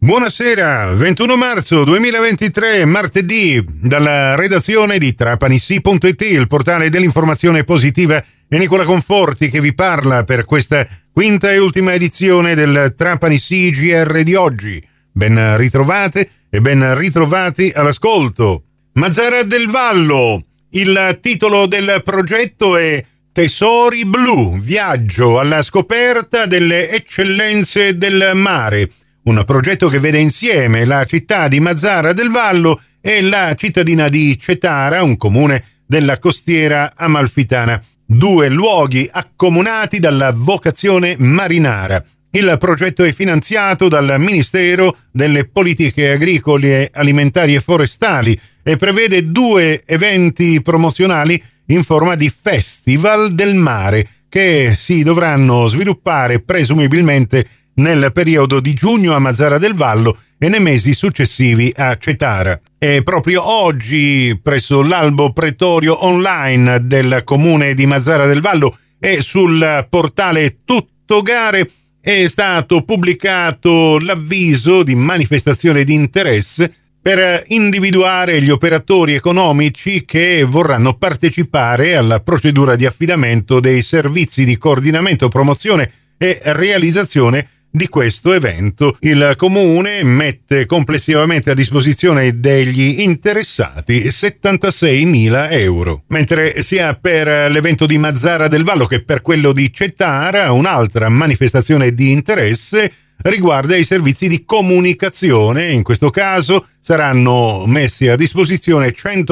Buonasera, 21 marzo 2023, martedì, dalla redazione di trapanissi.it, il portale dell'informazione positiva, è Nicola Conforti che vi parla per questa quinta e ultima edizione del Trapanissi GR di oggi. Ben ritrovate e ben ritrovati all'ascolto. Mazara del Vallo, il titolo del progetto è Tesori Blu, viaggio alla scoperta delle eccellenze del mare. Un progetto che vede insieme la città di Mazara del Vallo e la cittadina di Cetara, un comune della costiera amalfitana. Due luoghi accomunati dalla vocazione marinara. Il progetto è finanziato dal Ministero delle Politiche Agricole, Alimentari e Forestali e prevede 2 eventi promozionali in forma di Festival del Mare che si dovranno sviluppare presumibilmente nel periodo di giugno a Mazara del Vallo e nei mesi successivi a Cetara. E proprio oggi, presso l'albo pretorio online del comune di Mazara del Vallo e sul portale Tutto Gare, è stato pubblicato l'avviso di manifestazione di interesse per individuare gli operatori economici che vorranno partecipare alla procedura di affidamento dei servizi di coordinamento, promozione e realizzazione di questo evento. Il comune mette complessivamente a disposizione degli interessati 76.000 euro, mentre sia per l'evento di Mazara del Vallo che per quello di Cetara un'altra manifestazione di interesse riguarda i servizi di comunicazione. In questo caso saranno messi a disposizione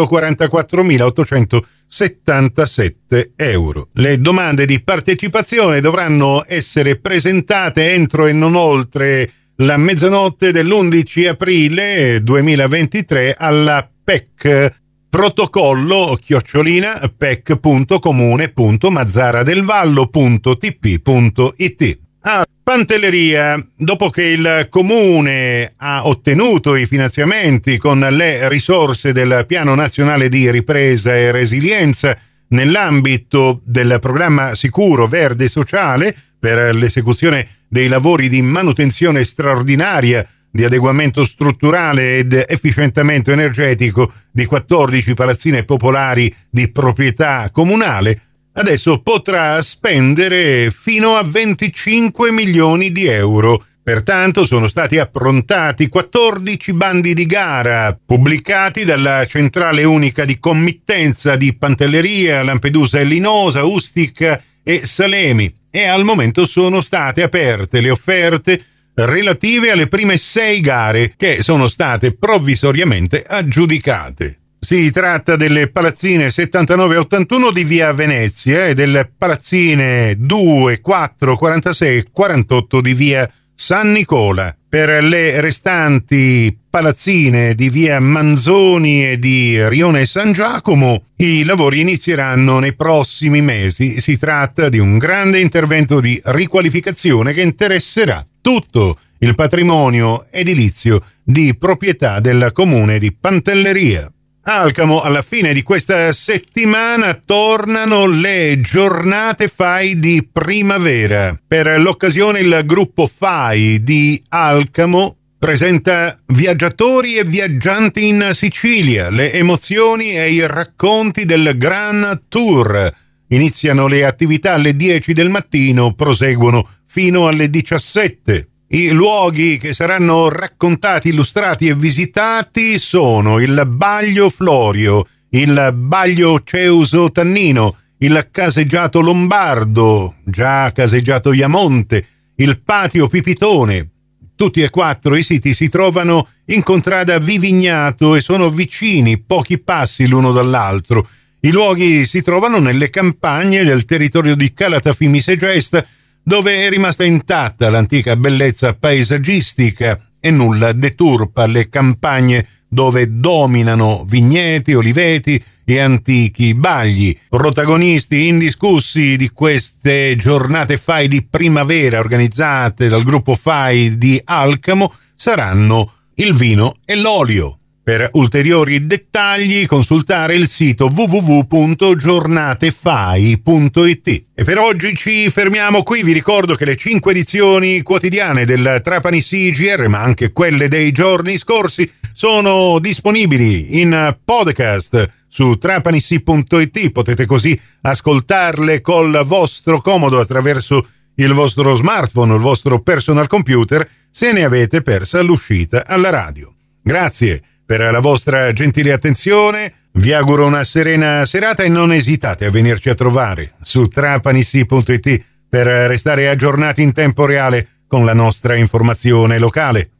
144.877 euro. Le domande di partecipazione dovranno essere presentate entro e non oltre la mezzanotte dell'11 aprile 2023 alla PEC protocollo@pec.comune.mazzaradelvallo.tp.it. A Pantelleria, dopo che il comune ha ottenuto i finanziamenti con le risorse del Piano Nazionale di Ripresa e Resilienza nell'ambito del programma Sicuro Verde Sociale per l'esecuzione dei lavori di manutenzione straordinaria, di adeguamento strutturale ed efficientamento energetico di 14 palazzine popolari di proprietà comunale, adesso potrà spendere fino a 25 milioni di euro. Pertanto sono stati approntati 14 bandi di gara pubblicati dalla Centrale Unica di Committenza di Pantelleria, Lampedusa e Linosa, Ustica e Salemi, e al momento sono state aperte le offerte relative alle prime 6 gare che sono state provvisoriamente aggiudicate. Si tratta delle palazzine 79 e 81 di via Venezia e delle palazzine 2, 4, 46 e 48 di via San Nicola. Per le restanti palazzine di via Manzoni e di Rione San Giacomo i lavori inizieranno nei prossimi mesi. Si tratta di un grande intervento di riqualificazione che interesserà tutto il patrimonio edilizio di proprietà del comune di Pantelleria. A Alcamo, alla fine di questa settimana, tornano le giornate FAI di primavera. Per l'occasione il gruppo FAI di Alcamo presenta viaggiatori e viaggianti in Sicilia, le emozioni e i racconti del Grand Tour. Iniziano le attività alle 10 del mattino, proseguono fino alle 17. I luoghi che saranno raccontati, illustrati e visitati sono il Baglio Florio, il Baglio Ceuso Tannino, il Caseggiato Lombardo, già Caseggiato Iamonte, il Patio Pipitone. Tutti e 4 i siti si trovano in contrada Vivignato e sono vicini, pochi passi l'uno dall'altro. I luoghi si trovano nelle campagne del territorio di Calatafimi Segesta, dove è rimasta intatta l'antica bellezza paesaggistica e nulla deturpa le campagne dove dominano vigneti, oliveti e antichi bagli. Protagonisti indiscussi di queste giornate FAI di primavera organizzate dal gruppo FAI di Alcamo saranno il vino e l'olio. Per ulteriori dettagli consultare il sito www.giornatefai.it. E per oggi ci fermiamo qui. Vi ricordo che le 5 edizioni quotidiane del Trapani CGR, ma anche quelle dei giorni scorsi, sono disponibili in podcast su trapanisi.it. Potete così ascoltarle col vostro comodo attraverso il vostro smartphone o il vostro personal computer se ne avete persa l'uscita alla radio. Grazie per la vostra gentile attenzione, vi auguro una serena serata e non esitate a venirci a trovare su trapanisi.it per restare aggiornati in tempo reale con la nostra informazione locale.